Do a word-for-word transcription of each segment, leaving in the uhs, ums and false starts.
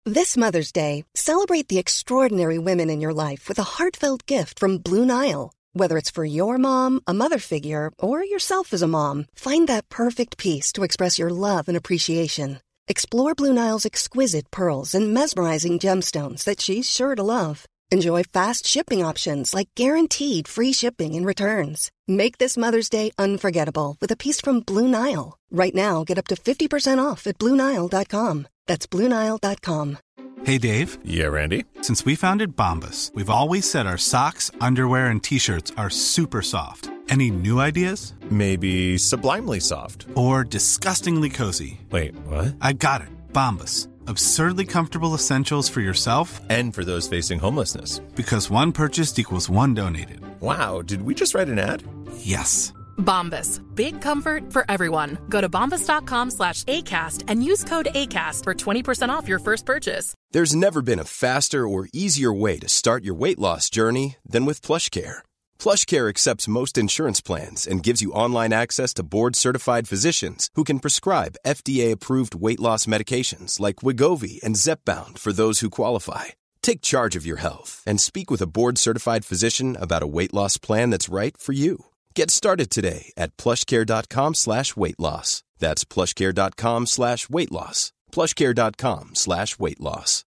This Mother's Day, celebrate the extraordinary women in your life with a heartfelt gift from Blue Nile. Whether it's for your mom, a mother figure, or yourself as a mom, find that perfect piece to express your love and appreciation. Explore Blue Nile's exquisite pearls and mesmerizing gemstones that she's sure to love. Enjoy fast shipping options like guaranteed free shipping and returns. Make this Mother's Day unforgettable with a piece from Blue Nile. Right now, get up to fifty percent off at blue nile dot com. That's blue nile dot com. Hey, Dave. Yeah, Randy. Since we founded Bombas, we've always said our socks, underwear, and T-shirts are super soft. Any new ideas? Maybe sublimely soft. Or disgustingly cozy. Wait, what? I got it. Bombas. Absurdly comfortable essentials for yourself and for those facing homelessness. Because one purchased equals one donated. Wow, did we just write an ad? Yes. Bombas. Big comfort for everyone. Go to bombas.com slash ACAST and use code ACAST for twenty percent off your first purchase. There's never been a faster or easier way to start your weight loss journey than with PlushCare. PlushCare accepts most insurance plans and gives you online access to board-certified physicians who can prescribe F D A-approved weight loss medications like Wegovy and Zepbound for those who qualify. Take charge of your health and speak with a board-certified physician about a weight loss plan that's right for you. Get started today at plushcare.com slash weight loss. That's plushcare.com slash weight loss. plushcare.com slash weight loss.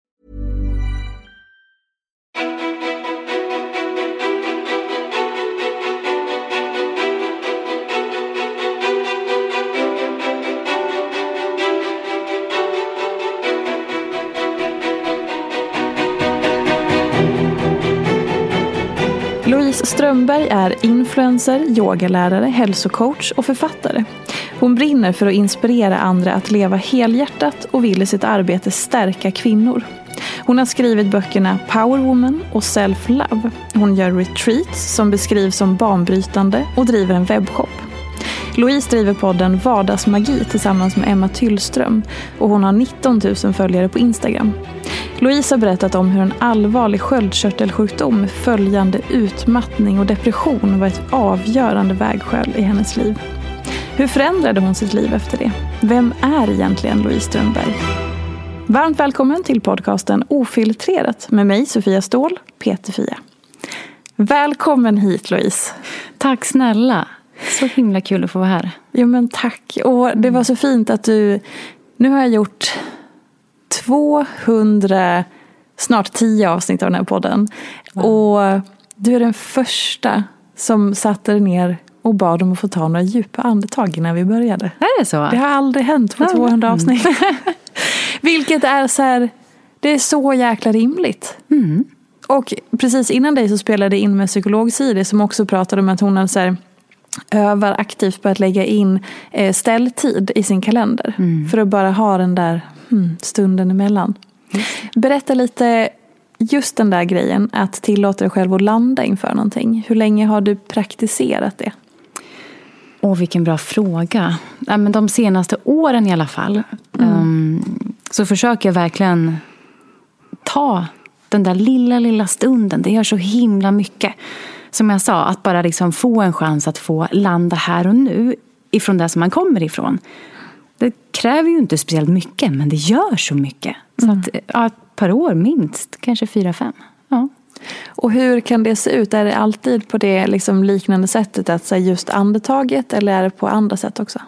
Louise Strömberg är influencer, yogalärare, hälsocoach och författare. Hon brinner för att inspirera andra att leva helhjärtat och vill i sitt arbete stärka kvinnor. Hon har skrivit böckerna Power Woman och Self Love. Hon gör retreats som beskrivs som banbrytande och driver en webbshop. Louise driver podden Vardagsmagi tillsammans med Emma Tyllström och hon har nitton tusen följare på Instagram. Louise har berättat om hur en allvarlig sköldkörtelsjukdom med följande utmattning och depression var ett avgörande vägskäl i hennes liv. Hur förändrade hon sitt liv efter det? Vem är egentligen Louise Strömberg? Varmt välkommen till podcasten Ofiltrerat med mig Sofia Ståhl, Peter Fia. Välkommen hit Louise. Tack snälla. Så himla kul att få vara här. Jo men tack. Och det var så fint att du... Nu har jag gjort tvåhundra, snart tio avsnitt av den här podden. Wow. Och du är den första som satte dig ner och bad om att få ta några djupa andetag innan vi började. Är det så? Det har aldrig hänt på tvåhundra avsnitt. Vilket är så här... Det är så jäkla rimligt. Mm. Och precis innan dig så spelade jag in med psykolog Siri som också pratade om att hon hade så här... övar aktivt på att lägga in eh, ställtid i sin kalender. Mm. För att bara ha den där hmm, stunden emellan. Mm. Berätta lite just den där grejen. Att tillåta dig själv att landa inför någonting. Hur länge har du praktiserat det? Åh, vilken bra fråga. Ja, men de senaste åren i alla fall. Mm. Um, så försöker jag verkligen ta den där lilla, lilla stunden. Det gör så himla mycket. Som jag sa, att bara liksom få en chans att få landa här och nu ifrån det som man kommer ifrån. Det kräver ju inte speciellt mycket, men det gör så mycket. Så mm. att, ja, ett par år minst, kanske fyra, fem. Ja. Och hur kan det se ut? Är det alltid på det liksom liknande sättet, att säga just andetaget, eller är det på andra sätt också?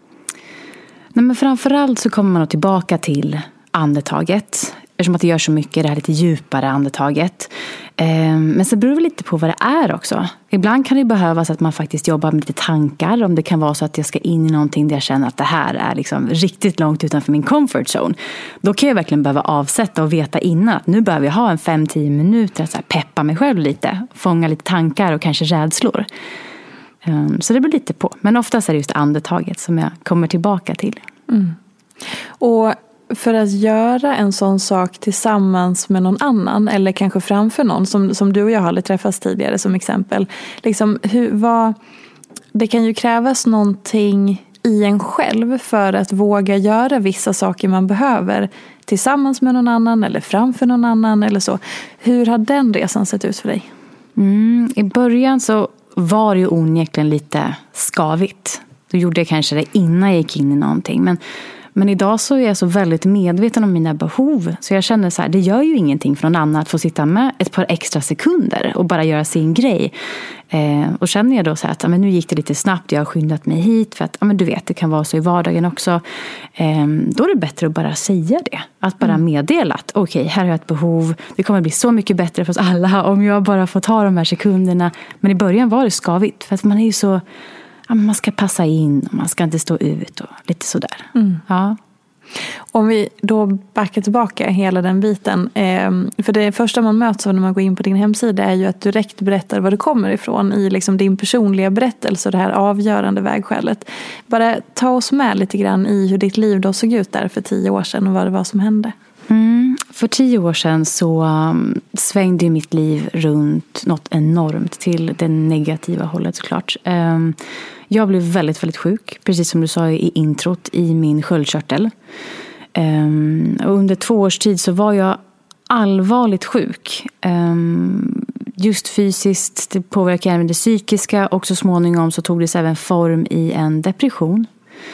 Nej, men framförallt så kommer man tillbaka till andetaget. Eftersom att det gör så mycket, det här lite djupare andetaget. Men så beror det lite på vad det är också. Ibland kan det behövas att man faktiskt jobbar med lite tankar. Om det kan vara så att jag ska in i någonting där jag känner att det här är liksom riktigt långt utanför min comfort zone. Då kan jag verkligen behöva avsätta och veta innan att nu behöver jag ha en fem till tio minuter att så här peppa mig själv lite. Fånga lite tankar och kanske rädslor. Så det beror lite på. Men oftast är det just andetaget som jag kommer tillbaka till. Mm. Och för att göra en sån sak tillsammans med någon annan, eller kanske framför någon, som, som du och jag har aldrig träffats tidigare som exempel. Liksom, hur, vad, det kan ju krävas någonting i en själv för att våga göra vissa saker man behöver tillsammans med någon annan eller framför någon annan eller så. Hur har den resan sett ut för dig? Mm, i början så var det ju onekligen lite skavigt. Då gjorde jag kanske det innan jag gick in i någonting. Men Men idag så är jag så väldigt medveten om mina behov. Så jag känner så här, det gör ju ingenting för någon annan att få sitta med ett par extra sekunder och bara göra sin grej. Eh, och känner jag då så här att ja, men nu gick det lite snabbt, jag har skyndat mig hit för att ja, men du vet, det kan vara så i vardagen också. Eh, då är det bättre att bara säga det. Att bara mm. meddela att okej, okay, här har jag ett behov. Det kommer bli så mycket bättre för oss alla om jag bara får ta de här sekunderna. Men i början var det skavigt för att man är ju så... Ja, man ska passa in och man ska inte stå ut och lite sådär. Mm. Ja. Om vi då backar tillbaka hela den biten. Eh, för det första man möts av när man går in på din hemsida är ju att du direkt berättar var du kommer ifrån i liksom din personliga berättelse och det här avgörande vägskälet. Bara ta oss med lite grann i hur ditt liv då såg ut där för tio år sedan och vad det var som hände. Mm. För tio år sedan så um, svängde mitt liv runt något enormt till det negativa hållet såklart. Um, jag blev väldigt, väldigt sjuk, precis som du sa i introt, i min sköldkörtel. Um, och under två års tid så var jag allvarligt sjuk. Um, just fysiskt, det påverkade även det psykiska och så småningom så tog det även form i en depression.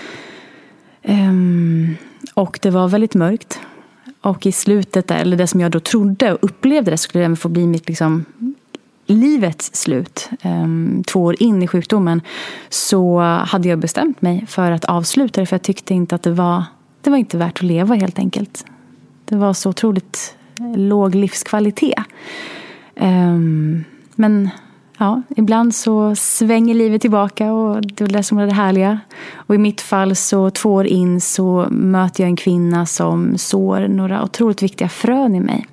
Um, och det var väldigt mörkt. Och i slutet, eller det som jag då trodde och upplevde det skulle det få bli mitt liksom, livets slut. Um, två år in i sjukdomen så hade jag bestämt mig för att avsluta det. För jag tyckte inte att det var, det var inte värt att leva helt enkelt. Det var så otroligt låg livskvalitet. Um, men ja, ibland så svänger livet tillbaka och det är det som är det härliga. Och i mitt fall så två år in så möter jag en kvinna som sår några otroligt viktiga frön i mig.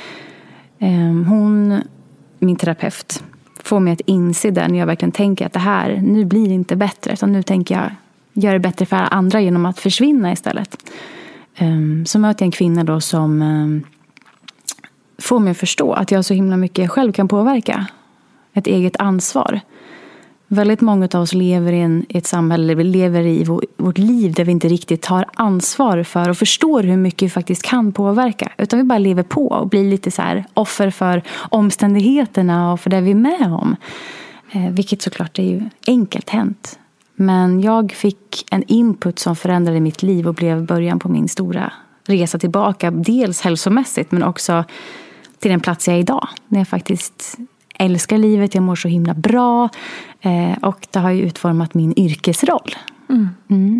Hon, min terapeut, får mig att inse det när jag verkligen tänker att det här, nu blir det inte bättre. Utan nu tänker jag göra det bättre för alla andra genom att försvinna istället. Så möter jag en kvinna då som får mig att förstå att jag så himla mycket själv kan påverka. Ett eget ansvar. Väldigt många av oss lever i, en, i ett samhälle, vi lever i vår, vårt liv där vi inte riktigt tar ansvar för och förstår hur mycket vi faktiskt kan påverka. Utan vi bara lever på och blir lite så här offer för omständigheterna och för det vi är med om. Eh, vilket såklart är ju enkelt hänt. Men jag fick en input som förändrade mitt liv och blev början på min stora resa tillbaka. Dels hälsomässigt men också till den plats jag är idag. När jag faktiskt älskar livet, jag mår så himla bra eh, och det har ju utformat min yrkesroll. Mm. Mm.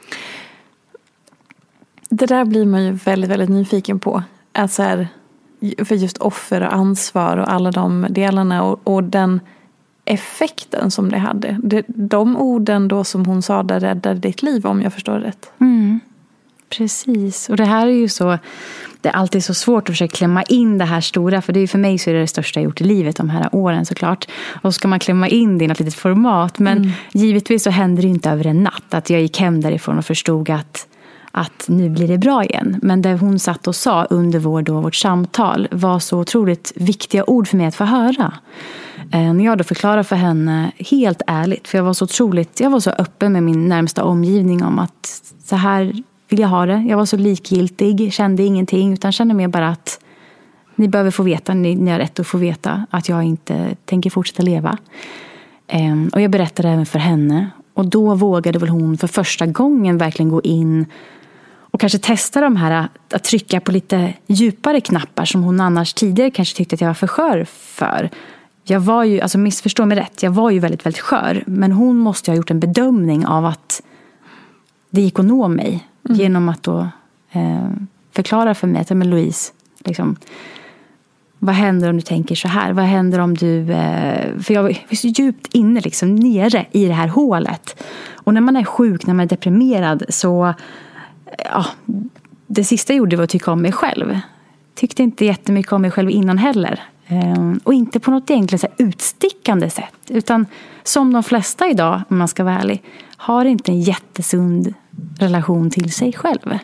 Det där blir man ju väldigt, väldigt nyfiken på. Att så här, för just offer och ansvar och alla de delarna och, och den effekten som det hade. Det, de orden då som hon sa där räddade ditt liv, om jag förstår rätt. Mm. Precis, och det här är ju så, det är alltid så svårt att försöka klämma in det här stora, för det är för mig så är det det största jag gjort i livet de här åren såklart. Och så ska man klämma in det i något litet format, men mm. givetvis så händer det inte över en natt att jag gick hem därifrån och förstod att, att nu blir det bra igen. Men det hon satt och sa under vår, då, vårt samtal var så otroligt viktiga ord för mig att få höra. När jag då förklarar för henne helt ärligt, för jag var så otroligt, jag var så öppen med min närmsta omgivning om att så här vill jag ha det. Jag var så likgiltig, kände ingenting utan kände mer bara att ni behöver få veta, ni, ni har rätt att få veta att jag inte tänker fortsätta leva. Um, och jag berättade även för henne och då vågade väl hon för första gången verkligen gå in och kanske testa de här att, att trycka på lite djupare knappar som hon annars tidigare kanske tyckte att jag var för skör för. Jag var ju, alltså missförstå mig rätt, jag var ju väldigt, väldigt skör, men hon måste ha gjort en bedömning av att det gick att nå mig. Mm. Genom att då eh, förklara för mig att, men Louise, liksom, vad händer om du tänker så här? Vad händer om du, eh, för jag var så djupt inne liksom, nere i det här hålet. Och när man är sjuk, när man är deprimerad så, ja, det sista jag gjorde var att tycka om mig själv. Tyckte inte jättemycket om mig själv innan heller. Eh, och inte på något egentligen så här utstickande sätt. Utan som de flesta idag, om man ska vara ärlig, har inte en jättesund relation till sig själv.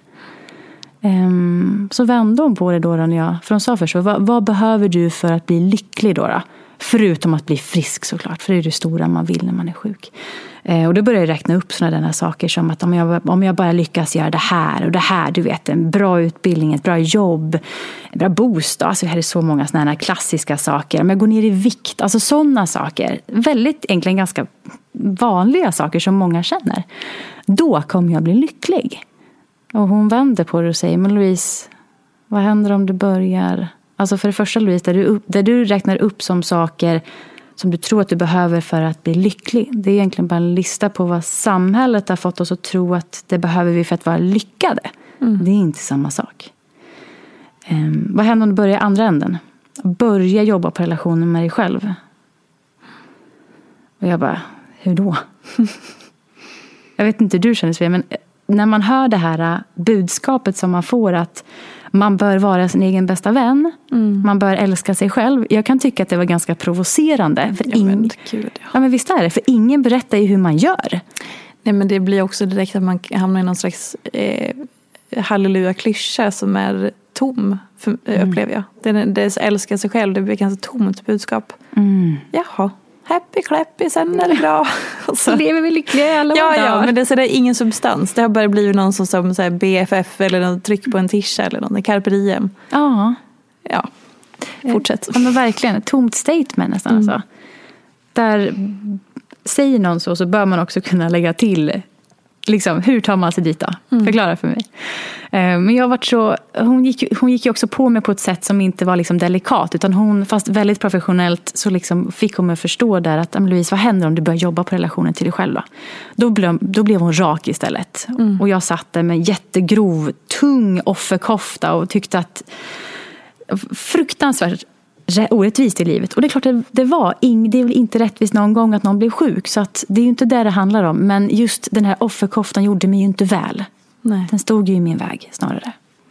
Um, så vände hon på det då, då när jag, för hon sa först, vad, vad behöver du för att bli lycklig då, då? Förutom att bli frisk såklart, för det är det stora man vill när man är sjuk. Uh, och då började jag räkna upp sådana där saker som att om jag, om jag bara lyckas göra det här och det här, du vet, en bra utbildning, ett bra jobb, en bra bostad, alltså det här är så många sådana här klassiska saker. Om jag går ner i vikt, alltså sådana saker, väldigt egentligen ganska vanliga saker som många känner. Då kommer jag bli lycklig. Och hon vänder på det och säger, men Louise, vad händer om du börjar? Alltså för det första, Louise, där du, upp, där du räknar upp som saker som du tror att du behöver för att bli lycklig. Det är egentligen bara en lista på vad samhället har fått oss att tro att det behöver vi för att vara lyckade. Mm. Det är inte samma sak. Um, vad händer om du börjar i andra änden? Börja jobba på relationen med dig själv. Och jag bara, hur då? Jag vet inte hur du känner, Svea, men när man hör det här budskapet som man får, att man bör vara sin egen bästa vän. Mm. Man bör älska sig själv. Jag kan tycka att det var ganska provocerande. För ja, ing... men, kul, ja. Ja, men visst är det. För ingen berättar ju hur man gör. Nej, men det blir också direkt att man hamnar i någon slags eh, halleluja-klyscha som är tom, för, mm. upplever jag. Det, det älskar sig själv, det blir ganska tomt budskap. Mm. Jaha. Happy clappy, sen är det bra. Så, så lever vi lyckliga i alla ja, dagar. Ja, men det, så det är ingen substans. Det har bara blivit någon som, som så här B F F eller någon tryck på en tisha eller någon Carpe Diem. Ja. Ja, fortsätt. Ja, men verkligen, ett tomt statement nästan. Mm. Alltså. Där säger någon så, så bör man också kunna lägga till liksom, hur tar man sig dit då? Mm. Förklara för mig. Men jag har varit så, hon gick, hon gick ju också på mig på ett sätt som inte var liksom delikat, utan hon, fast väldigt professionellt, så liksom fick hon mig förstå där att, Louise, vad händer om du börjar jobba på relationen till dig själv då? Då blev, då blev hon rak istället. Mm. Och jag satt där med en jättegrov, tung offerkofta och tyckte att fruktansvärt orättvist i livet. Och det är klart att det var ing, det är väl inte rättvist någon gång att någon blev sjuk, så att det är ju inte det det handlar om, men just den här offerkoftan gjorde mig ju inte väl. Nej. Den stod ju i min väg snarare.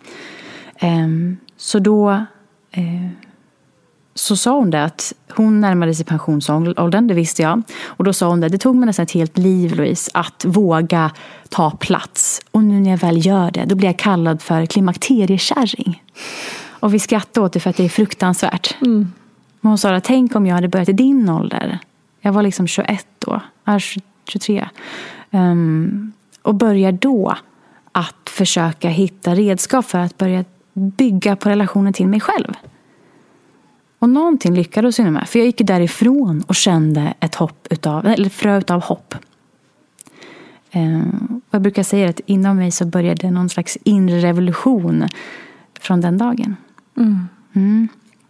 Um, så då uh, så sa hon det att hon närmade sig pensionsåldern, det visste jag. Och då sa hon det, det tog mig nästan ett helt liv, Louise, att våga ta plats. Och nu när jag väl gör det, då blir jag kallad för klimakteriekärring. Och vi skrattade åt det för att det är fruktansvärt. Mm. Men hon sa, tänk om jag hade börjat i din ålder. Jag var liksom tjugoett då, tjugotre. Um, och börjar då att försöka hitta redskap för att börja bygga på relationen till mig själv. Och någonting lyckades jag med. För jag gick därifrån och kände ett hopp utav, eller frö utav hopp. Um, och jag brukar säga att inom mig så började någon slags inre revolution från den dagen. Mm. Mm.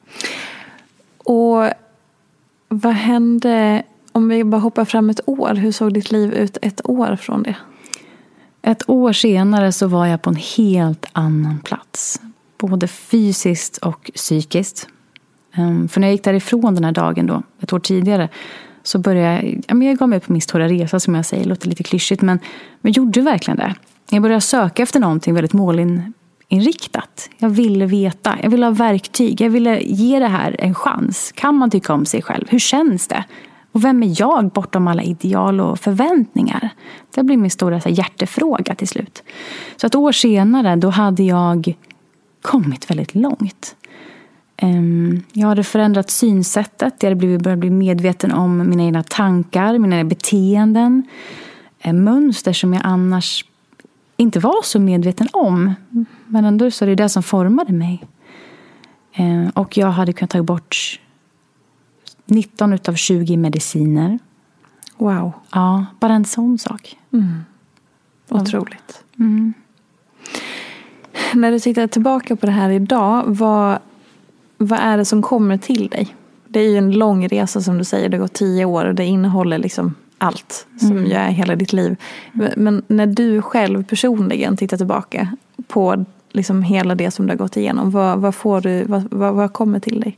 Och vad hände om vi bara hoppar fram ett år? Hur såg ditt liv ut ett år från det? Ett år senare så var jag på en helt annan plats. Både fysiskt och psykiskt. Um, för när jag gick därifrån den här dagen då, ett år tidigare, så började jag, ja, men jag gav mig på min stora resa, som jag säger, låter lite klyschigt, men jag gjorde verkligen det. Jag började söka efter någonting väldigt målinriktat. Jag ville veta, jag ville ha verktyg, jag ville ge det här en chans. Kan man tycka om sig själv? Hur känns det? Och vem är jag bortom alla ideal och förväntningar? Det blir min stora så här, hjärtefråga till slut. Så ett år senare, då hade jag kommit väldigt långt. Um, jag hade förändrat synsättet. Jag hade blivit, börjat bli medveten om mina egna tankar, mina egna beteenden. Eh, mönster som jag annars inte var så medveten om. Men ändå så är det det som formade mig. Eh, och jag hade kunnat ta bort nitton utav tjugo mediciner. Wow. Ja, bara en sån sak. Mm. Otroligt. Mm. När du tittar tillbaka på det här idag, vad, vad är det som kommer till dig? Det är ju en lång resa som du säger, det har gått tio år och det innehåller liksom allt som mm. gör hela ditt liv. Men när du själv personligen tittar tillbaka på liksom hela det som du har gått igenom, vad, vad, får du, vad, vad, vad kommer till dig?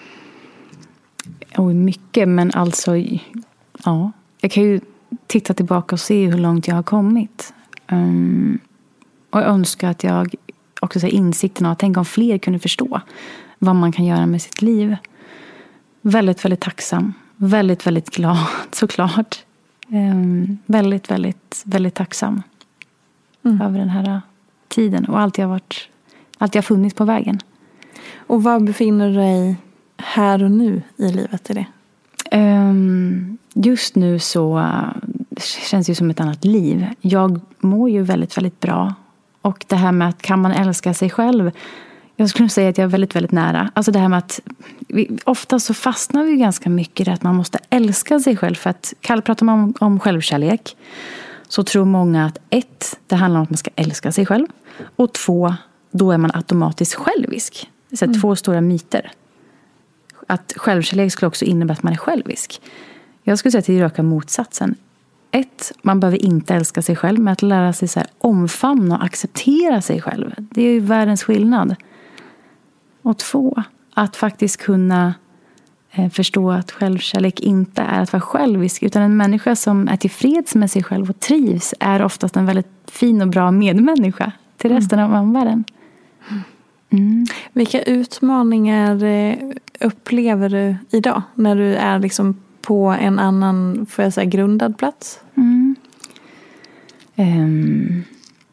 Oj, mycket, men alltså ja, jag kan ju titta tillbaka och se hur långt jag har kommit. Um, och jag önskar att jag också har insikten av att tänk om fler kunde förstå vad man kan göra med sitt liv. Väldigt, väldigt tacksam. Väldigt, väldigt glad, såklart. Um, väldigt, väldigt, väldigt tacksam mm. över den här tiden och allt jag har varit, allt jag har funnits på vägen. Och var befinner du dig här och nu i livet i det? Um, just nu så uh, känns det ju som ett annat liv. Jag mår ju väldigt, väldigt bra. Och det här med att kan man älska sig själv, jag skulle säga att jag är väldigt, väldigt nära. Alltså det här med att vi, ofta så fastnar vi ganska mycket i att man måste älska sig själv. För att pratar man om, om självkärlek, så tror många att ett, det handlar om att man ska älska sig själv. Och två, då är man automatiskt självisk. Så mm. två stora myter. Att självkärlek skulle också innebära att man är självisk. Jag skulle säga att det är raka motsatsen. Ett, man behöver inte älska sig själv, men att lära sig så här omfamna och acceptera sig själv. Det är ju världens skillnad. Och två, att faktiskt kunna eh, förstå att självkärlek inte är att vara självisk, utan en människa som är tillfreds med sig själv och trivs är oftast en väldigt fin och bra medmänniska till resten mm. av omvärlden. Mm. Vilka utmaningar eh, upplever du idag när du är liksom på en annan, får jag säga, grundad plats? Mm. Um,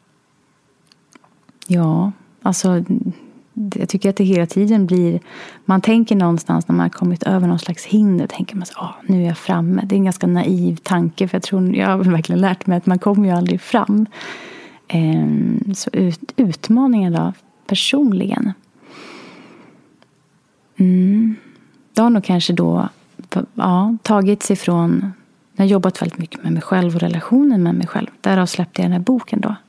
ja, alltså jag tycker att det hela tiden blir, man tänker någonstans när man har kommit över någon slags hinder, tänker man så, ah, nu är jag framme. Det är en ganska naiv tanke, för jag tror, jag har verkligen lärt mig att man kommer ju aldrig fram. Um, så ut, utmaningen då, personligen. Mm. Det har nog kanske då ja, tagit sig från, jag har jobbat väldigt mycket med mig själv och relationen med mig själv. Därav släppte jag den här boken då.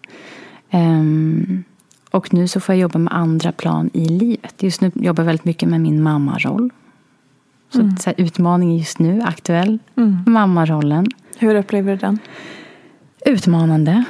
Um, och nu så får jag jobba med andra plan i livet. Just nu jobbar jag väldigt mycket med min mammaroll. Så, mm. så här, utmaningen just nu, aktuell. Mm. Mammarollen. Hur upplever du den? Utmanande.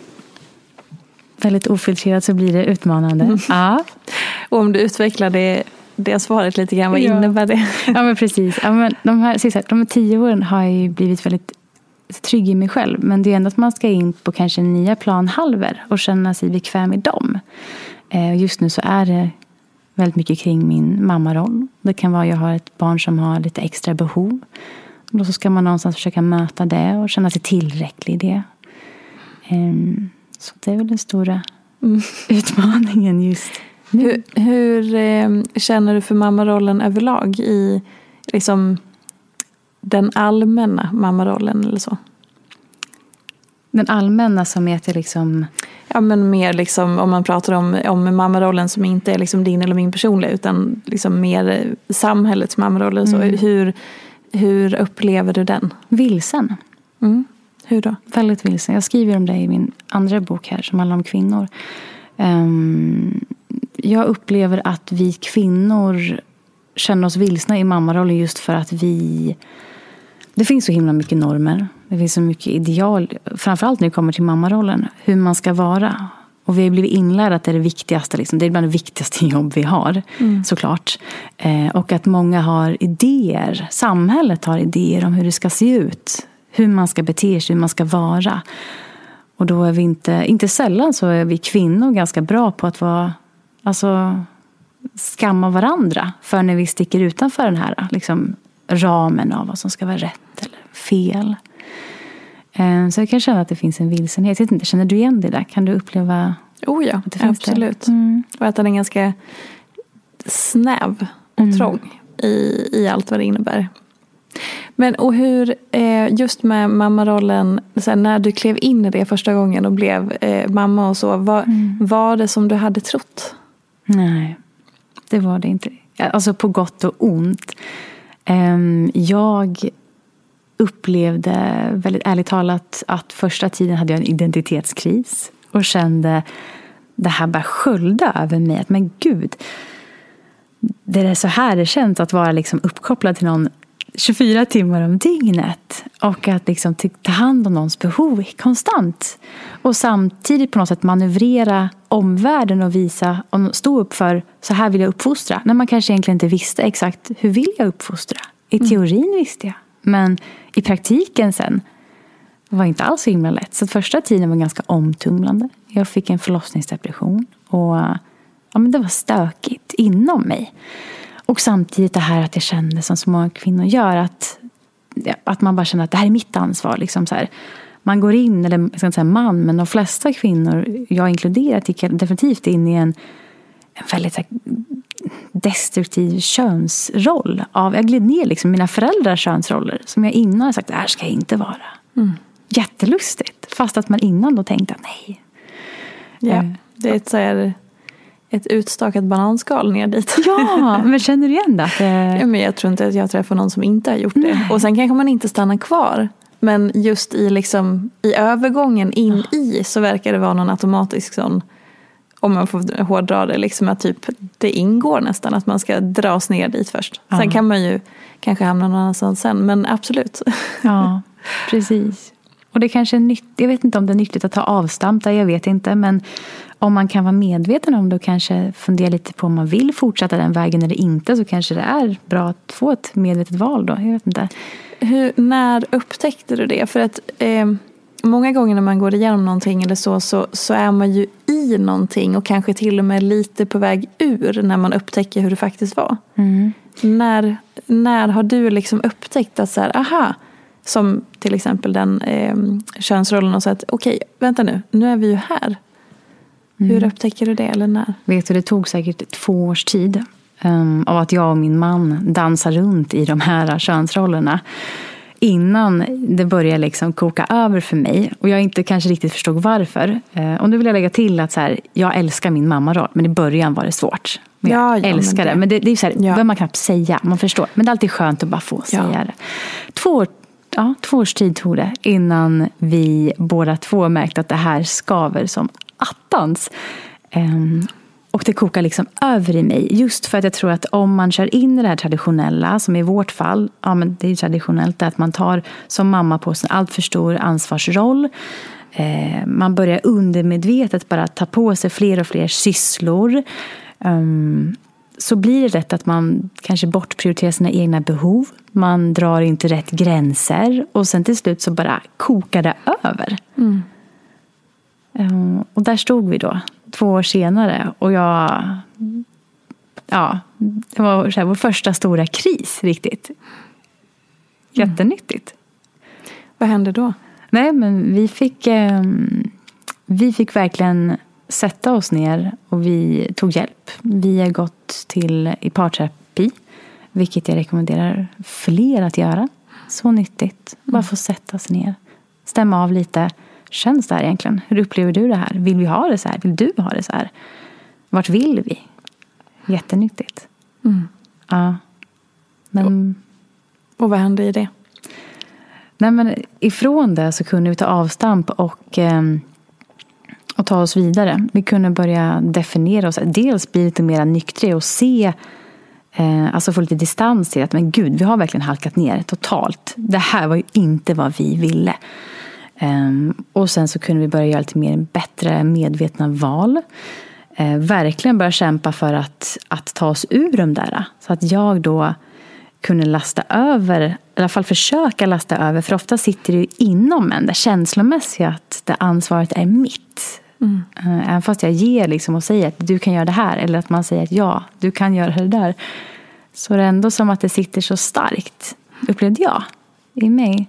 Väldigt ofiltrerat så blir det utmanande. Mm. Ja. Och om du utvecklar det, det svaret lite grann, vad ja. innebär det? Ja, men precis. Ja, men de, här, de här tio åren har jag ju blivit väldigt trygg i mig själv. Men det är ändå att man ska in på kanske nya planhalvor och känna sig bekväm i dem. Eh, just nu så är det väldigt mycket kring min mammaroll. Det kan vara att jag har ett barn som har lite extra behov. Och då så ska man någonstans försöka möta det och känna sig tillräcklig i det. Eh, så det är väl den stora mm. utmaningen just nu. Hur, hur eh, känner du för mammarollen överlag i liksom den allmänna mammarollen eller så? Den allmänna som är att det liksom... Ja, men mer liksom om man pratar om, om mammarollen som inte är liksom din eller min personliga, utan liksom mer samhällets mammaroll. Mm. Så hur, hur upplever du den? Vilsen. Mm. Hur då? Väldigt vilsen. Jag skriver om det i min andra bok här som handlar om kvinnor. Um, jag upplever att vi kvinnor känner oss vilsna i mammarollen just för att vi... Det finns så himla mycket normer. Det finns så mycket ideal. Framförallt när det kommer till mammarollen. Hur man ska vara. Och vi har blivit inlärda att det är det viktigaste. Liksom. Det är bland det viktigaste jobb vi har. Mm. Såklart. Eh, och att många har idéer. Samhället har idéer om hur det ska se ut. Hur man ska bete sig. Hur man ska vara. Och då är vi inte... Inte sällan så är vi kvinnor ganska bra på att vara... Alltså... Skamma varandra. För när vi sticker utanför den här... Liksom, ramen av vad som ska vara rätt eller fel. Så jag kan känna att det finns en vilsenhet. Jag vet inte, känner du igen det där? Kan du uppleva oh ja, att det finns absolut. Mm. Och att den är ganska snäv och mm. trång i, i allt vad det innebär. Men och hur, just med mammarollen, så här, när du klev in i det första gången och blev eh, mamma och så, vad mm. var det som du hade trott? Nej, det var det inte. Alltså på gott och ont. Jag upplevde väldigt ärligt talat att första tiden hade jag en identitetskris och kände det här bara skölda över mig. Att men gud, det är så här det känns att vara liksom uppkopplad till någon tjugofyra timmar om dygnet och att liksom ta hand om någons behov konstant. Och samtidigt på något sätt manövrera omvärlden och visa och stå upp för så här vill jag uppfostra. När man kanske egentligen inte visste exakt hur vill jag uppfostra. I teorin mm. visste jag. Men i praktiken sen var inte alls så himla lätt. Så första tiden var ganska omtumlande. Jag fick en förlossningsdepression och ja, men det var stökigt inom mig. Och samtidigt det här att jag kände som så många kvinnor gör att, att man bara känner att det här är mitt ansvar. Liksom så här. Man går in, eller jag ska inte säga man, men de flesta kvinnor, jag inkluderat, gick definitivt in i en, en väldigt så här, destruktiv könsroll. Av, jag gled ner liksom mina föräldrars könsroller som jag innan har sagt, det här ska jag inte vara. Mm. Jättelustigt. Fast att man innan då tänkte att nej. Ja, det är ett så här... ett utstakat bananskal ner dit. Ja, men känner du igen det? Att det... Ja, men jag tror inte att jag träffar någon som inte har gjort det. Nej. Och sen kanske man inte stannar kvar men just i, liksom, i övergången in ja. i så verkar det vara någon automatisk sån, om man får hårdra det, liksom att typ det ingår nästan att man ska dras ner dit först. Ja. Sen kan man ju kanske hamna någon annanstans sen, men absolut. Ja, precis. Och det kanske är nytt, jag vet inte om det är nyttigt att ta avstamp där, jag vet inte, men om man kan vara medveten om det och kanske fundera lite på om man vill fortsätta den vägen eller inte, så kanske det är bra att få ett medvetet val då, jag vet inte. Hur, när upptäckte du det? För att eh, många gånger när man går igenom någonting eller så, så, så är man ju i någonting och kanske till och med lite på väg ur när man upptäcker hur det faktiskt var. Mm. När, när har du liksom upptäckt att så här, aha, som till exempel den eh, könsrollen och så att okej, vänta nu, nu är vi ju här. Mm. Hur upptäcker du det eller när? Vet du, det tog säkert två års tid um, av att jag och min man dansar runt i de här könsrollerna innan det började liksom koka över för mig. Och jag inte kanske riktigt förstod varför. Uh, och nu vill jag lägga till att så här, jag älskar min mammaroll, men i början var det svårt. Men jag ja, ja, älskar men det. det. Men det, det är så här, ja. Vad man knappt säga, man förstår. Men det är alltid skönt att bara få ja. säga det. Två år Ja, två års tid tog det innan vi båda två märkte att det här skaver som attans. Um, och det kokar liksom över i mig. Just för att jag tror att om man kör in i det här traditionella, som i vårt fall, ja men det är ju traditionellt att man tar som mamma på sig en allt för stor ansvarsroll. Uh, man börjar undermedvetet bara ta på sig fler och fler sysslor. Um, så blir det rätt att man kanske bortprioriterar sina egna behov. Man drar inte rätt gränser. Och sen till slut så bara kokar det över. Mm. Um, och där stod vi då. Två år senare. Och jag... Ja, det var så här, vår första stora kris riktigt. Jättenyttigt. Mm. Vad hände då? Nej, men vi fick... Um, vi fick verkligen... sätta oss ner och vi tog hjälp. Vi har gått till i parterapi, vilket jag rekommenderar fler att göra. Så nyttigt. Bara få sätta sig ner. Stämma av lite. Känns det här egentligen? Hur upplever du det här? Vill vi ha det så här? Vill du ha det så här? Vart vill vi? Jättenyttigt. Mm. Ja. Men... Och, och vad hände i det? Nej, men ifrån det så kunde vi ta avstamp och... Eh, och ta oss vidare. Vi kunde börja definiera oss. Dels bli lite mer nyktra och se, eh, alltså få lite distans till att men gud, vi har verkligen halkat ner totalt. Det här var ju inte vad vi ville. Um, och sen så kunde vi börja göra lite mer bättre medvetna val. Uh, verkligen börja kämpa för att, att ta oss ur de där. Så att jag då kunde lasta över, i alla fall försöka lasta över. För ofta sitter det ju inom en, det känslomässiga att det ansvaret är mitt. Mm. Även fast jag ger liksom och säger att du kan göra det här. Eller att man säger att ja, du kan göra det där. Så är det ändå som att det sitter så starkt. Upplevde jag i mig.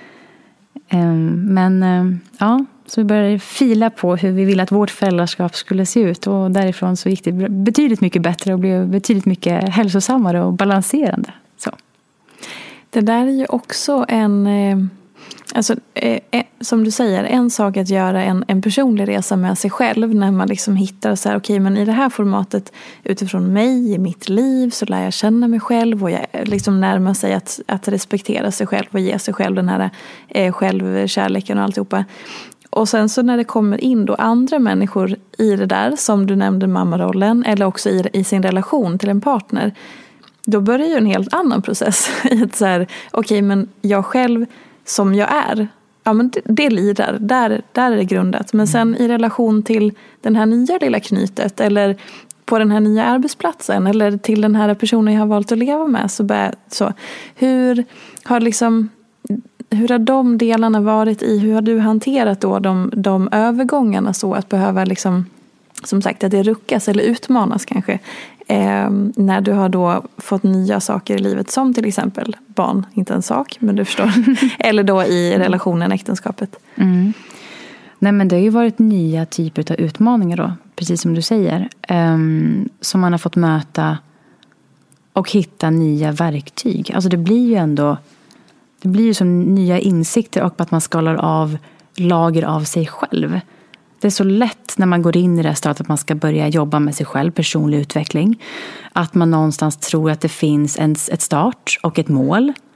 Men ja, så vi började fila på hur vi ville att vårt föräldraskap skulle se ut. Och därifrån så gick det betydligt mycket bättre och blev betydligt mycket hälsosammare och balanserande. Så. Det där är ju också en... Alltså, eh, som du säger, en sak att göra en, en personlig resa med sig själv när man liksom hittar så här, okej, men i det här formatet utifrån mig, i mitt liv så lär jag känna mig själv och jag liksom närmar sig att, att respektera sig själv och ge sig själv den här eh, självkärleken och alltihopa. Och sen så när det kommer in då andra människor i det där, som du nämnde mammarollen, eller också i, i sin relation till en partner, då börjar ju en helt annan process i att så här, okej, men jag själv som jag är, ja men det, det lirar, där, där är det grundat. Men sen i relation till den här nya lilla knytet eller på den här nya arbetsplatsen eller till den här personen jag har valt att leva med, så, bär, så hur har liksom hur har de delarna varit i, hur har du hanterat då de, de övergångarna så att behöva liksom, som sagt, att det ruckas eller utmanas kanske eh, när du har då fått nya saker i livet, som till exempel barn, inte en sak, men du förstår, eller då i relationen, äktenskapet. Mm. Nej, men det har ju varit nya typer av utmaningar då, precis som du säger, eh, som man har fått möta och hitta nya verktyg. Alltså det blir ju ändå, det blir ju som nya insikter och att man skalar av lager av sig själv. Det är så lätt när man går in i det här att man ska börja jobba med sig själv, personlig utveckling. Att man någonstans tror att det finns en, ett start och ett mål.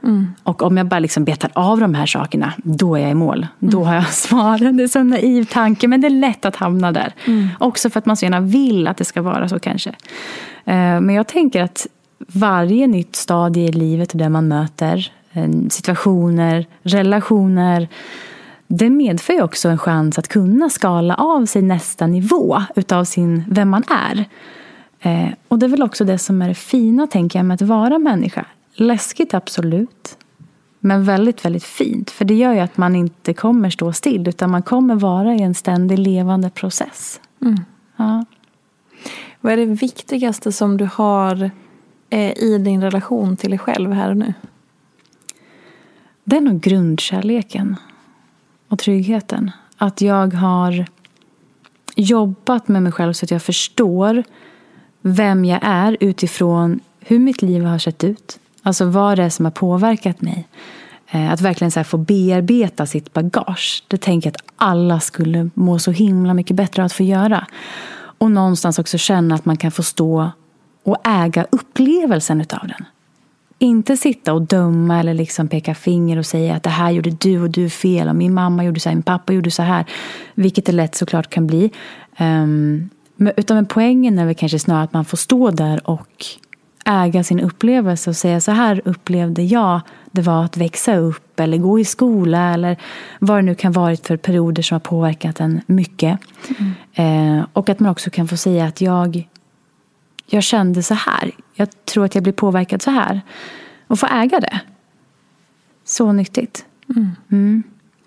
Mm. Och om jag bara liksom betar av de här sakerna, då är jag i mål. Mm. Då har jag svaren. Det är så en naiv tanke, men det är lätt att hamna där. Mm. Också för att man så gärna vill att det ska vara så kanske. Men jag tänker att varje nytt stadie i livet där man möter situationer, relationer, det medför ju också en chans att kunna skala av sig nästa nivå utav sin, vem man är. Eh, och det är väl också det som är det fina, tänker jag, med att vara människa. Läskigt, absolut. Men väldigt, väldigt fint. För det gör ju att man inte kommer stå still, utan man kommer vara i en ständig levande process. Mm. Ja. Vad är det viktigaste som du har eh, i din relation till dig själv här och nu? Det är nog grundkärleken och tryggheten. Att jag har jobbat med mig själv så att jag förstår vem jag är utifrån hur mitt liv har sett ut. Alltså vad det är som har påverkat mig. Att verkligen så här få bearbeta sitt bagage. Det tänker jag att alla skulle må så himla mycket bättre att få göra. Och någonstans också känna att man kan få stå och äga upplevelsen utav den. Inte sitta och döma eller liksom peka finger och säga att det här gjorde du och du fel. Och min mamma gjorde så här, min pappa gjorde så här. Vilket det lätt såklart kan bli. Um, utan med poängen är väl kanske snarare att man får stå där och äga sin upplevelse och säga så här upplevde jag det var att växa upp eller gå i skola eller vad det nu kan vara för perioder som har påverkat en mycket. Mm. Eh, och att man också kan få säga att jag, jag kände så här. Jag tror att jag blir påverkad så här. Och få äga det. Så nyttigt. Mm. Mm.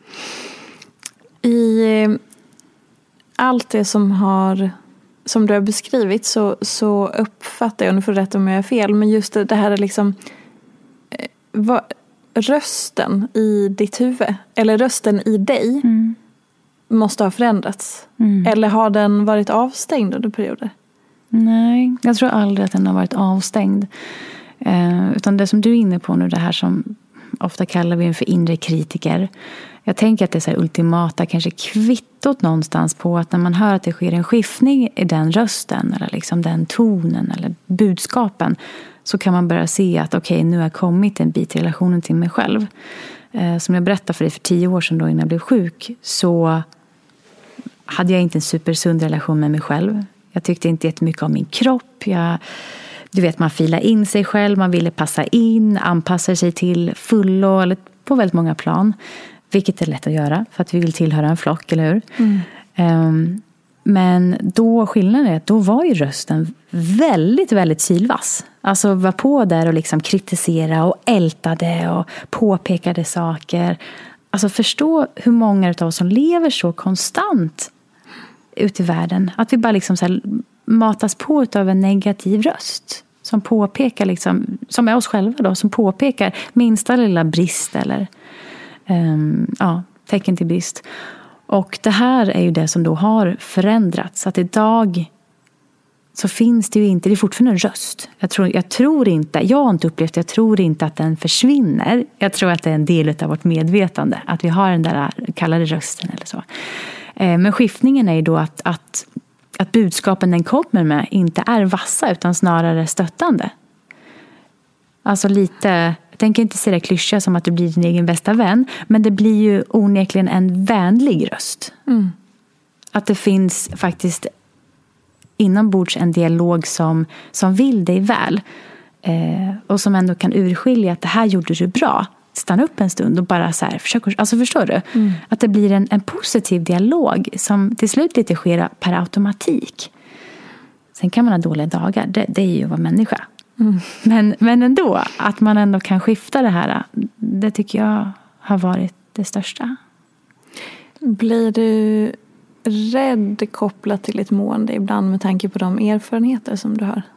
I allt det som har som du har beskrivit så, så uppfattar jag, och nu får du rätt om jag är fel, men just det, det här är liksom vad, rösten i ditt huvud, eller rösten i dig mm. måste ha förändrats. Mm. Eller har den varit avstängd under perioder? Nej, jag tror aldrig att den har varit avstängd. Eh, utan det som du är inne på nu, det här som ofta kallar vi för inre kritiker. Jag tänker att det är så här ultimata kanske kvittot någonstans på att när man hör att det sker en skiftning i den rösten eller liksom den tonen eller budskapen, så kan man börja se att okej, okay, nu har jag kommit en bit i relationen till mig själv. Eh, som jag berättade för dig för tio år sedan då innan jag blev sjuk, så hade jag inte en supersund relation med mig själv. Jag tyckte inte jättemycket om min kropp. Jag, du vet, man filar in sig själv, man ville passa in, anpassa sig till fullo eller på väldigt många plan. Vilket är lätt att göra för att vi vill tillhöra en flock, eller hur? Mm. Um, men då, skillnaden är att då var ju rösten väldigt, väldigt sylvass. Alltså var på där och liksom kritisera och ältade och påpekade saker. Alltså förstå hur många av oss som lever så konstant ut i världen. Att vi bara liksom så här matas på av en negativ röst. Som påpekar liksom, som är oss själva då, som påpekar minsta lilla brist eller um, ja, tecken till brist. Och det här är ju det som då har förändrats. Att idag så finns det ju inte, det är fortfarande en röst. Jag tror, jag tror inte, jag har inte upplevt, jag tror inte att den försvinner. Jag tror att det är en del av vårt medvetande. Att vi har den där kallade rösten eller så. Men skiftningen är ju då att, att, att budskapen den kommer med inte är vassa utan snarare stöttande. Alltså lite, jag tänker inte se det klyscha som att du blir din egen bästa vän, men det blir ju onekligen en vänlig röst. Mm. Att det finns faktiskt inombords en dialog som, som vill dig väl. Eh, och som ändå kan urskilja att det här gjorde du bra. Stanna upp en stund och bara så här, försök, alltså förstår du? Mm. Att det blir en, en positiv dialog som till slut lite sker per automatik. Sen kan man ha dåliga dagar, det, det är ju att vara människa. Mm. Men, men ändå, att man ändå kan skifta det här, det tycker jag har varit det största. Blir du rädd kopplat till ett mående ibland med tanke på de erfarenheter som du har?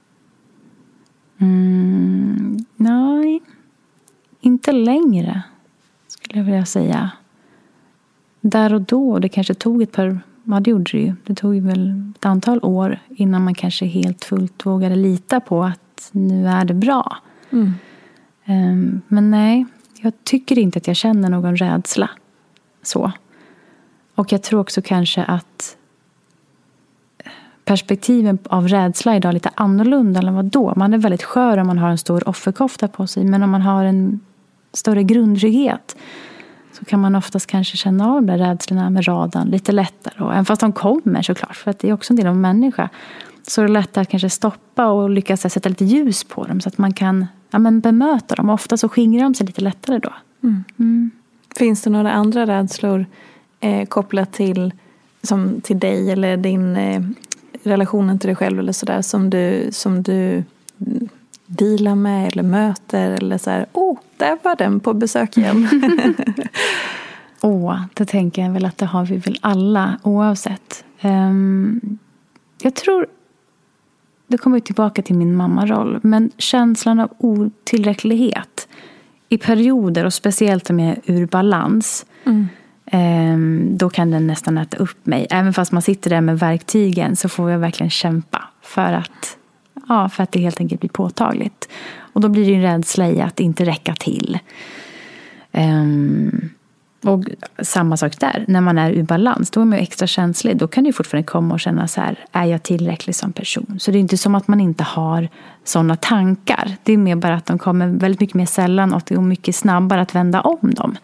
Mm, nej, inte längre skulle jag vilja säga. Där och då, det kanske tog ett par, ja det gjorde det ju. Det tog väl ett antal år innan man kanske helt fullt vågade lita på att nu är det bra. Mm. Um, men nej, jag tycker inte att jag känner någon rädsla. Så. Och jag tror också kanske att perspektiven av rädsla idag lite annorlunda än vad då. Man är väldigt skör om man har en stor offerkofta på sig. Men om man har en större grundtrygghet så kan man oftast kanske känna av de där rädslorna med radan lite lättare. Och även fast de kommer såklart, för att det är också en del av en människa, så är det lättare att kanske stoppa och lyckas sätta lite ljus på dem så att man kan ja, men bemöta dem. Ofta så skingrar de sig lite lättare då. Mm. Mm. Finns det några andra rädslor eh, kopplat till, som till dig eller din eh, relationen till dig själv eller sådär som du, som du dealar med eller möter eller så här, oh, där var den på besök igen. Åh, oh, det tänker jag väl att det har vi väl alla oavsett. Um, jag tror det kommer tillbaka till min mammaroll, men känslan av otillräcklighet i perioder och speciellt om jag är ur balans, mm. um, då kan den nästan äta upp mig. Även fast man sitter där med verktygen så får jag verkligen kämpa för att Ja, för att det helt enkelt blir påtagligt. Och då blir det ju en rädsla i att inte räcka till. Um, och samma sak där. När man är ur balans, då är man ju extra känslig. Då kan det ju fortfarande komma och känna så här, är jag tillräcklig som person? Så det är inte som att man inte har sådana tankar. Det är mer bara att de kommer väldigt mycket mer sällan och det är mycket snabbare att vända om dem.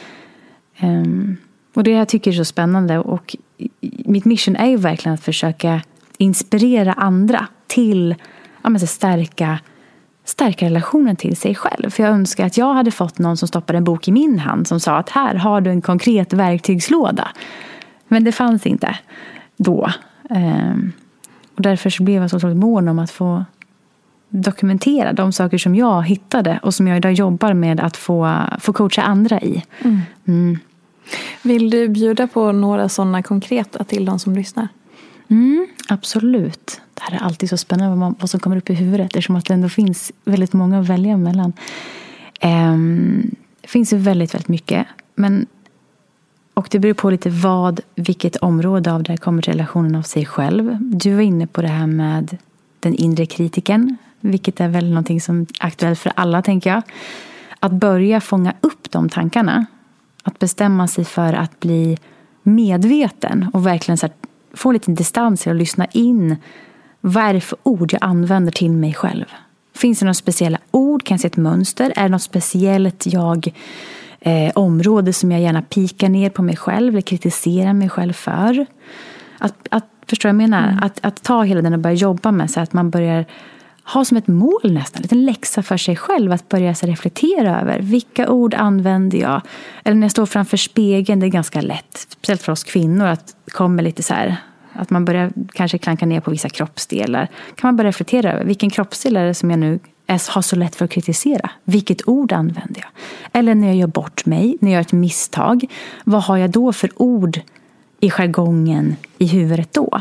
Um, och det jag tycker är så spännande. Och mitt mission är ju verkligen att försöka inspirera andra till ja, men så stärka, stärka relationen till sig själv. För jag önskar att jag hade fått någon som stoppade en bok i min hand som sa att här har du en konkret verktygslåda. Men det fanns inte då. Ehm, och därför så blev jag så otroligt mån om att få dokumentera de saker som jag hittade och som jag idag jobbar med att få, få coacha andra i. Mm. Mm. Vill du bjuda på några sådana konkreta till de som lyssnar? Mm, absolut. Det här är alltid så spännande vad, man, vad som kommer upp i huvudet eftersom att det ändå finns väldigt många att välja mellan. Um, det finns ju väldigt, väldigt mycket. Men, och det beror på lite vad, vilket område av det kommer till relationen av sig själv. Du var inne på det här med den inre kritiken, vilket är väl någonting som är aktuellt för alla, tänker jag. Att börja fånga upp de tankarna. Att bestämma sig för att bli medveten och verkligen så här, få lite distans och lyssna in. Vad är det för ord jag använder till mig själv? Finns det några speciella ord? Kan jag se ett mönster? Är det något speciellt jag, eh, område som jag gärna pikar ner på mig själv eller kritiserar mig själv för? Att, att förstår jag menar? Mm. Att, att ta hela den och börja jobba med så att man börjar ha som ett mål nästan, en liten läxa för sig själv att börja så reflektera över vilka ord använder jag, eller när jag står framför spegeln, det är ganska lätt, speciellt för oss kvinnor, att det kommer lite så här, att man börjar kanske klanka ner på vissa kroppsdelar, kan man börja reflektera över vilken kroppsdel är det som jag nu är, har så lätt för att kritisera, vilket ord använder jag, eller när jag gör bort mig, när jag gör ett misstag, vad har jag då för ord i jargongen i huvudet då?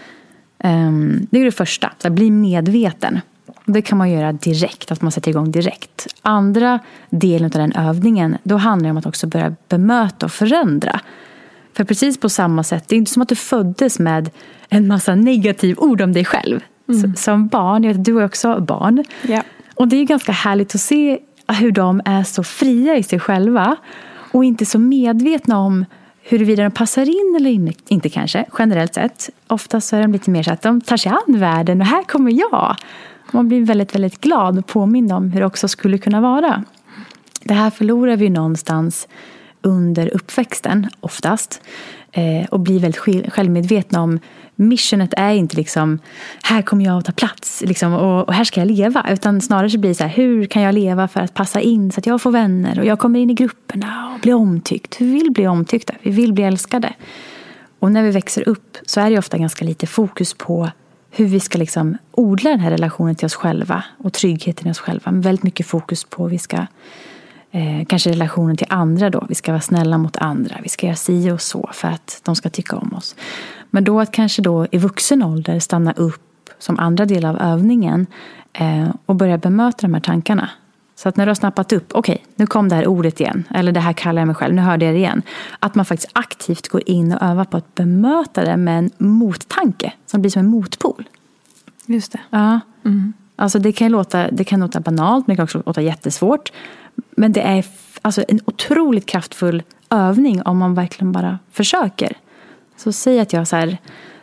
Um, det är det första, att bli medveten. Det kan man göra direkt, att man sätter igång direkt. Andra delen av den övningen, då handlar det om att också börja bemöta och förändra. För precis på samma sätt, det är inte som att du föddes med en massa negativ ord om dig själv. Mm. Som barn, jag vet, du är också barn. Yeah. Och det är ganska härligt att se hur de är så fria i sig själva och inte så medvetna om huruvida de passar in eller inte kanske, generellt sett. Oftast så är de lite mer så att de tar sig an världen och här kommer jag. Man blir väldigt, väldigt glad och påminna om hur det också skulle kunna vara. Det här förlorar vi någonstans under uppväxten oftast. Eh, och blir väldigt självmedvetna om missionet är inte liksom här kommer jag att ta plats liksom, och, och här ska jag leva. Utan snarare så blir det så här, hur kan jag leva för att passa in så att jag får vänner och jag kommer in i grupperna och blir omtyckt. Vi vill bli omtyckta, vi vill bli älskade. Och när vi växer upp så är det ofta ganska lite fokus på hur vi ska liksom odla den här relationen till oss själva och tryggheten i oss själva. Men väldigt mycket fokus på hur vi ska Eh, kanske relationen till andra då. Vi ska vara snälla mot andra. Vi ska göra si och så för att de ska tycka om oss. Men då att kanske då i vuxen ålder stanna upp som andra del av övningen eh, och börja bemöta de här tankarna. Så att när du har snappat upp, okej, okay, nu kom det här ordet igen. Eller det här kallar jag mig själv, nu hörde jag det igen. Att man faktiskt aktivt går in och övar på att bemöta det med en mottanke. Som blir som en motpol. Just det. Ja. Mm. Alltså det kan låta, det kan låta banalt, men det kan också låta jättesvårt. Men det är alltså en otroligt kraftfull övning om man verkligen bara försöker. Så säg att jag så här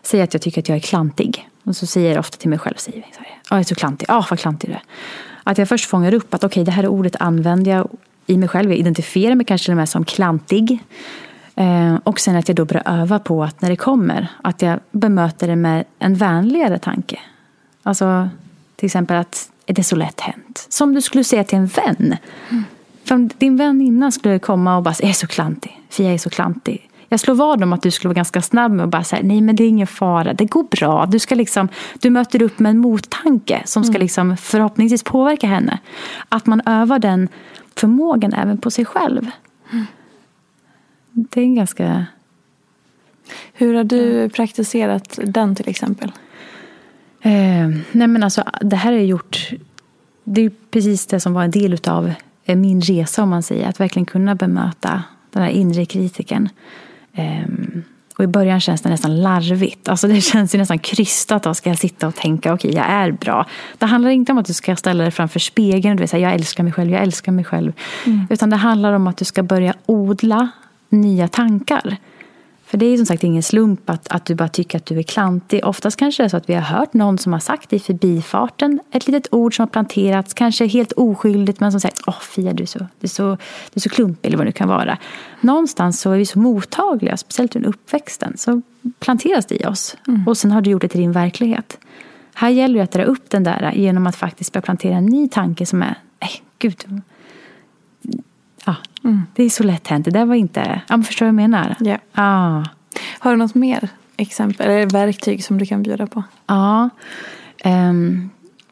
säg att jag tycker att jag är klantig. Och så säger jag ofta till mig själv, säger jag, ja, jag är så klantig, ja, vad klantig du är. Att jag först fångar upp att okej, okay, det här ordet använder jag i mig själv. Jag identifierar mig kanske med som klantig. Eh, och sen att jag då börjar öva på att när det kommer, att jag bemöter det med en vänligare tanke. Alltså till exempel att det är så lätt hänt. Som du skulle säga till en vän. Mm. För om din vän innan skulle komma och bara säga, jag är så klantig. Fia är så klantig. Jag slår vad om att du skulle vara ganska snabb med att bara säga, nej men det är ingen fara, det går bra. Du ska liksom, du möter upp med en mottanke som ska liksom förhoppningsvis påverka henne. Att man övar den förmågan även på sig själv. Mm. Det är en ganska... Hur har du praktiserat den till exempel? Eh, nej men alltså, det här är gjort... Det är precis det som var en del av min resa, om man säger. Att verkligen kunna bemöta den här inre kritiken. Eh, och i början känns det nästan larvigt. Alltså det känns ju nästan krystat. Då ska jag sitta och tänka, okej, okay, jag är bra. Det handlar inte om att du ska ställa dig framför spegeln och du säga, jag älskar mig själv, jag älskar mig själv. Mm. Utan det handlar om att du ska börja odla nya tankar. För det är som sagt ingen slump att, att du bara tycker att du är klantig. Oftast kanske det är så att vi har hört någon som har sagt i förbifarten ett litet ord som har planterats, kanske helt oskyldigt, men som säger, åh Fia, du är så, du är så, du är så klumpig, eller vad det kan vara. Någonstans så är vi så mottagliga, speciellt under uppväxten, så planteras det i oss. Mm. Och sen har du gjort det till din verklighet. Här gäller det att dra upp den där genom att faktiskt börja plantera en ny tanke som är, nej gud, ja, mm. det är så lätt hänt. Det där var inte... Ja, förstår du vad jag menar? Ja. Ah. Har du något mer exempel eller verktyg som du kan bjuda på? Ja. Um,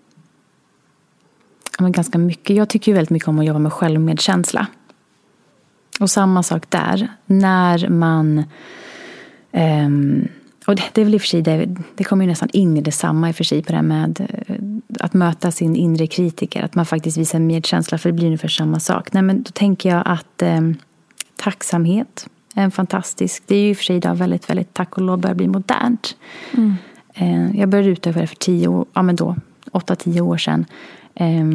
men ganska mycket. Jag tycker ju väldigt mycket om att jobba med självmedkänsla. Och samma sak där. När man... Um, och det, det är väl i och för sig... Det, det kommer ju nästan in i detsamma i och för sig på det här med att möta sin inre kritiker. Att man faktiskt visar medkänsla, för det blir ungefär samma sak. Nej, men då tänker jag att eh, tacksamhet är en fantastisk... Det är ju i och för sig idag väldigt, väldigt, tack och lov, börjar bli modernt. Mm. Eh, jag började utöva det för tio år, ja men då, åtta, tio år sedan. Eh,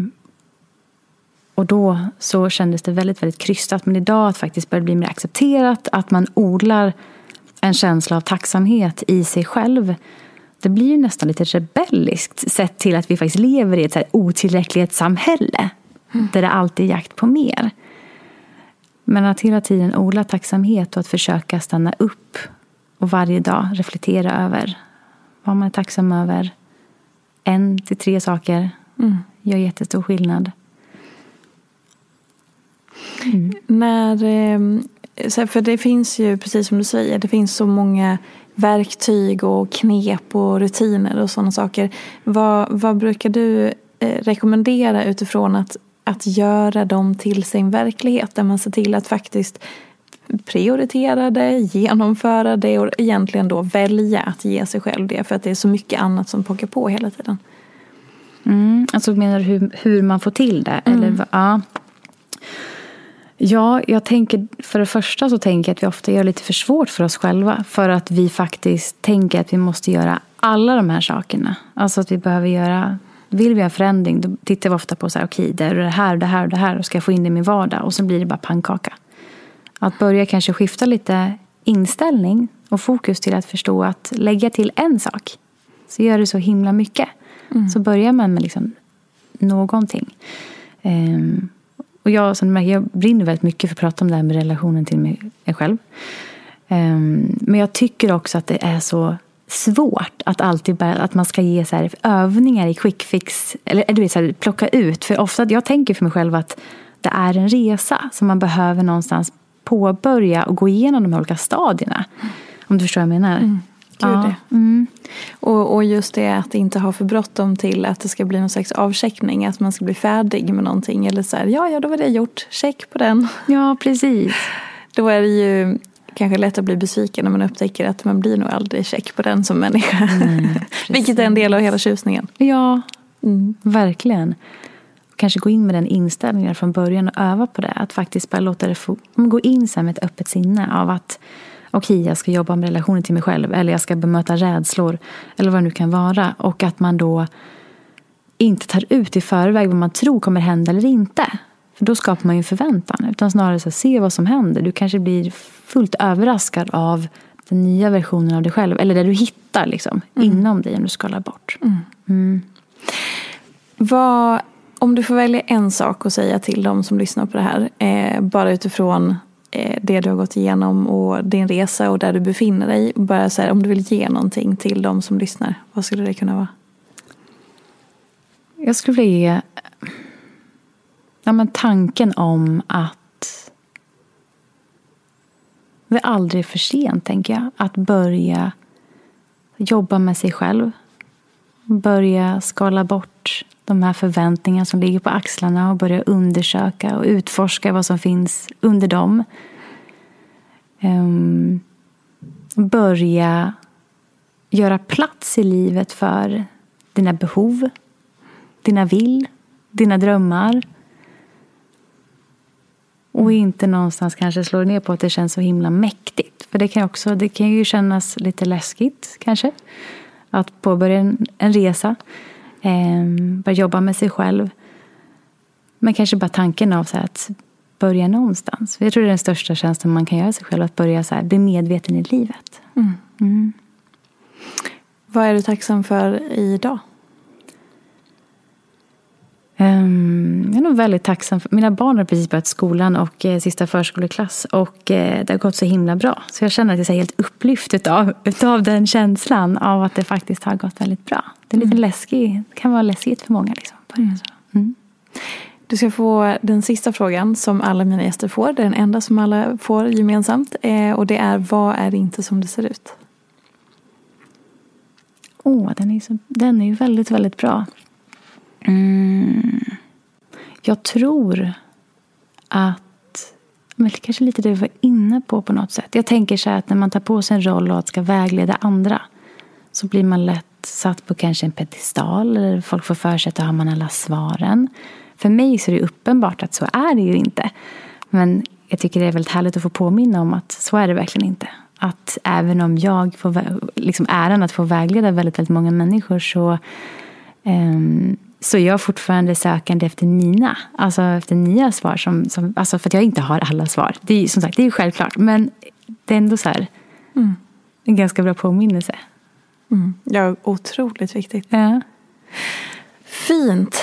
och då så kändes det väldigt, väldigt krystat. Men idag att faktiskt börja bli mer accepterat, att man odlar en känsla av tacksamhet i sig själv. Det blir ju nästan lite rebelliskt sett till att vi faktiskt lever i ett så här otillräcklighetssamhälle. Mm. Där det alltid är jakt på mer. Men att hela tiden odla tacksamhet och att försöka stanna upp och varje dag reflektera över vad man är tacksam över. En till tre saker mm. gör jättestor skillnad. Mm. När, för det finns ju, precis som du säger, det finns så många verktyg och knep och rutiner och sådana saker. Vad, vad brukar du rekommendera utifrån att, att göra dem till sin verklighet, där man ser till att faktiskt prioritera det, genomföra det och egentligen då välja att ge sig själv det, för att det är så mycket annat som pockar på hela tiden. Mm, alltså menar du hur, hur man får till det? Mm. Eller, ja. Ja, jag tänker, för det första så tänker jag att vi ofta gör lite för svårt för oss själva, för att vi faktiskt tänker att vi måste göra alla de här sakerna. Alltså att vi behöver göra, vill vi ha en förändring, då tittar vi ofta på så här, okej, det är det här, det här och det här, och ska jag få in det i min vardag, och så blir det bara pannkaka. Att börja kanske skifta lite inställning och fokus till att förstå att lägga till en sak, så gör det så himla mycket. Mm. Så börjar man med liksom någonting. Um, Och jag, som märker, jag brinner väldigt mycket för att prata om det här med relationen till mig själv. Um, men jag tycker också att det är så svårt att alltid bara, att man ska ge så här övningar i quick fix, eller du vet, så här, plocka ut. För ofta, jag tänker för mig själv att det är en resa som man behöver någonstans påbörja och gå igenom de här olika stadierna. Mm. Om du förstår vad jag menar. Mm. Ja. Mm. Och, och just det att inte ha för bråttom till att det ska bli någon slags avcheckning, att man ska bli färdig med någonting, eller så här, ja, ja, då var det gjort, check på den. Ja, precis. Då är det ju kanske lätt att bli besviken när man upptäcker att man blir nog aldrig check på den som människa. Mm, vilket är en del av hela tjusningen. Ja, mm. verkligen. Kanske gå in med den inställningen från början och öva på det, att faktiskt bara låta det få, gå in så här med ett öppet sinne av att okej, jag ska jobba med relationen till mig själv, eller jag ska bemöta rädslor, eller vad det nu kan vara. Och att man då inte tar ut i förväg vad man tror kommer hända eller inte. För då skapar man ju en förväntan. Utan snarare så se vad som händer. Du kanske blir fullt överraskad av den nya versionen av dig själv. Eller där du hittar liksom, mm. inom dig om du skalar bort. Mm. Mm. Vad, om du får välja en sak att säga till dem som lyssnar på det här. Eh, bara utifrån eh, det du har gått igenom och din resa och där du befinner dig. Bara så här, om du vill ge någonting till dem som lyssnar. Vad skulle det kunna vara? Jag skulle vilja ge ja, men tanken om att det är aldrig för sent, tänker jag. Att börja jobba med sig själv. Börja skala bort de här förväntningarna som ligger på axlarna och börja undersöka och utforska vad som finns under dem. Um, börja göra plats i livet för dina behov, dina vill, dina drömmar. Och inte någonstans kanske slå ner på att det känns så himla mäktigt. För det kan, också, det kan ju kännas lite läskigt kanske. Att påbörja en, en resa. Eh, börja jobba med sig själv. Men kanske bara tanken av så här, att börja någonstans. Jag tror det är den största tjänsten man kan göra sig själv. Att börja så här, bli medveten i livet. Mm. Mm. Vad är du tacksam för idag? Um, jag är nog väldigt tacksam för, mina barn har precis börjat skolan och eh, sista förskoleklass och eh, det har gått så himla bra, så jag känner att jag är helt upplyft utav, utav den känslan av att det faktiskt har gått väldigt bra. Det är lite mm. läskigt, det kan vara läskigt för många liksom. Mm. Mm. Du ska få den sista frågan som alla mina gäster får, det är den enda som alla får gemensamt, eh, och det är: vad är det inte som det ser ut? Åh, oh, den är, så, den är ju väldigt, väldigt bra. Mm. Jag tror att, men kanske lite det vi var inne på på något sätt. Jag tänker så här att när man tar på sig en roll och att ska vägleda andra, så blir man lätt satt på kanske en pedestal, eller folk får för sig att då har man alla svaren. För mig så är det uppenbart att så är det ju inte. Men jag tycker det är väldigt härligt att få påminna om att så är det verkligen inte. Att även om jag får liksom äran att få vägleda väldigt, väldigt många människor, så um, så jag är fortfarande sökande efter mina, alltså efter nya svar, som, som, alltså för att jag inte har alla svar. Det är som sagt, det är ju självklart, men det är ändå så här mm. en ganska bra påminnelse. Mm. Ja, otroligt viktigt. Ja. Fint.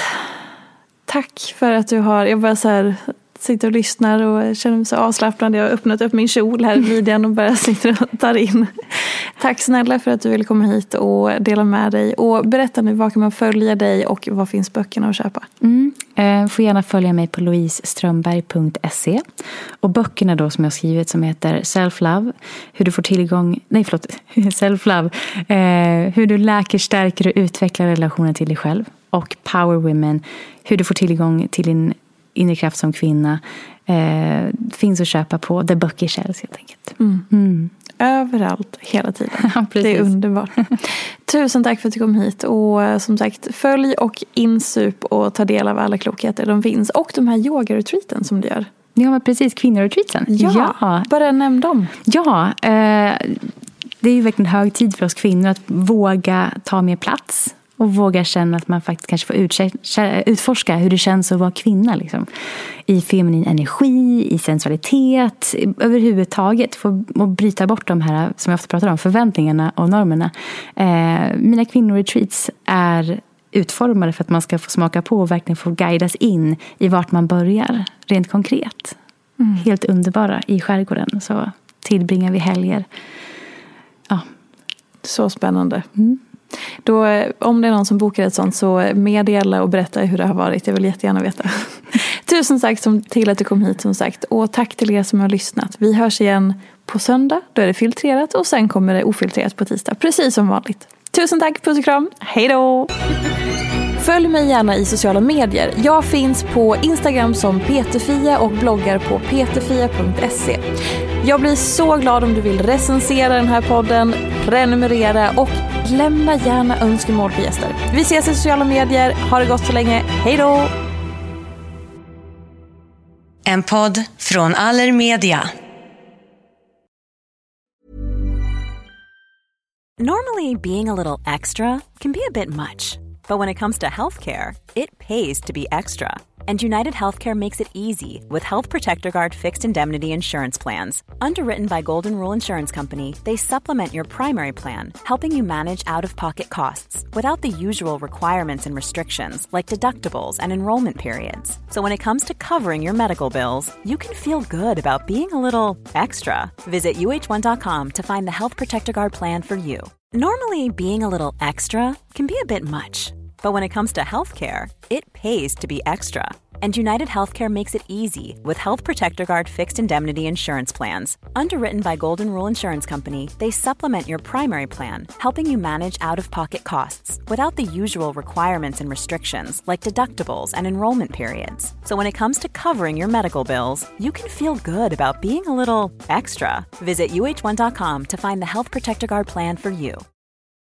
Tack för att du har, jag bara så här sitter och lyssnar och känner mig så avslappnad. Jag har öppnat upp min kjol här i midjan och bara sitter och tar in. Tack snälla för att du ville komma hit och dela med dig. Och berätta nu, vad kan man följa dig och vad finns böckerna att köpa? Mm. Eh, får gärna följa mig på louise strömberg punkt se. Och böckerna då som jag har skrivit, som heter Self-Love, hur du får tillgång, nej förlåt, Self-Love, eh, hur du läker, stärker och utvecklar relationen till dig själv. Och Power Women, hur du får tillgång till din inre kraft som kvinna, eh, finns att köpa på The Book Shelves helt enkelt. Mm. Mm. Överallt, hela tiden. Ja, det är underbart. Tusen tack för att du kom hit. Och som sagt, följ och insup och ta del av alla klokheter de finns. Och de här yoga-retreaten som du gör. Ja, men precis. Kvinnoretreaten. Ja, ja. Bara nämn dem. Ja, eh, det är ju verkligen hög tid för oss kvinnor att våga ta mer plats. Och våga känna att man faktiskt kanske får utforska hur det känns att vara kvinna. Liksom. I feminin energi, i sensualitet, överhuvudtaget. Få och bryta bort de här, som jag ofta pratar om, förväntningarna och normerna. Eh, mina kvinnoretreats är utformade för att man ska få smaka på och verkligen få guidas in i vart man börjar. Rent konkret. Mm. Helt underbara i skärgården. Så tillbringar vi helger. Ja. Så spännande. Mm. Då, om det är någon som bokar ett sånt, så meddela och berätta hur det har varit. Jag vill jättegärna veta. Tusen tack som, till att du kom hit som sagt. Och tack till er som har lyssnat. Vi hörs igen på söndag. Då är det filtrerat. Och sen kommer det ofiltrerat på tisdag. Precis som vanligt. Tusen tack, puss och kram. Hej då! Följ mig gärna i sociala medier. Jag finns på Instagram som Peterfia och bloggar på peterfia punkt se. Jag blir så glad om du vill recensera den här podden, prenumerera och lämna gärna önskemål på gäster. Vi ses i sociala medier. Ha det gott så länge. Hej då! En podd från Allermedia. Normally, being a little extra can be a bit much. But when it comes to healthcare, it pays to be extra. And United Healthcare makes it easy with Health Protector Guard fixed indemnity insurance plans. Underwritten by Golden Rule Insurance Company, they supplement your primary plan, helping you manage out-of-pocket costs without the usual requirements and restrictions like deductibles and enrollment periods. So when it comes to covering your medical bills, you can feel good about being a little extra. Visit U H one dot com to find the Health Protector Guard plan for you. Normally, being a little extra can be a bit much. But when it comes to healthcare, it pays to be extra. And United Healthcare makes it easy with Health Protector Guard fixed indemnity insurance plans. Underwritten by Golden Rule Insurance Company, they supplement your primary plan, helping you manage out-of-pocket costs without the usual requirements and restrictions like deductibles and enrollment periods. So when it comes to covering your medical bills, you can feel good about being a little extra. Visit U H one dot com to find the Health Protector Guard plan for you.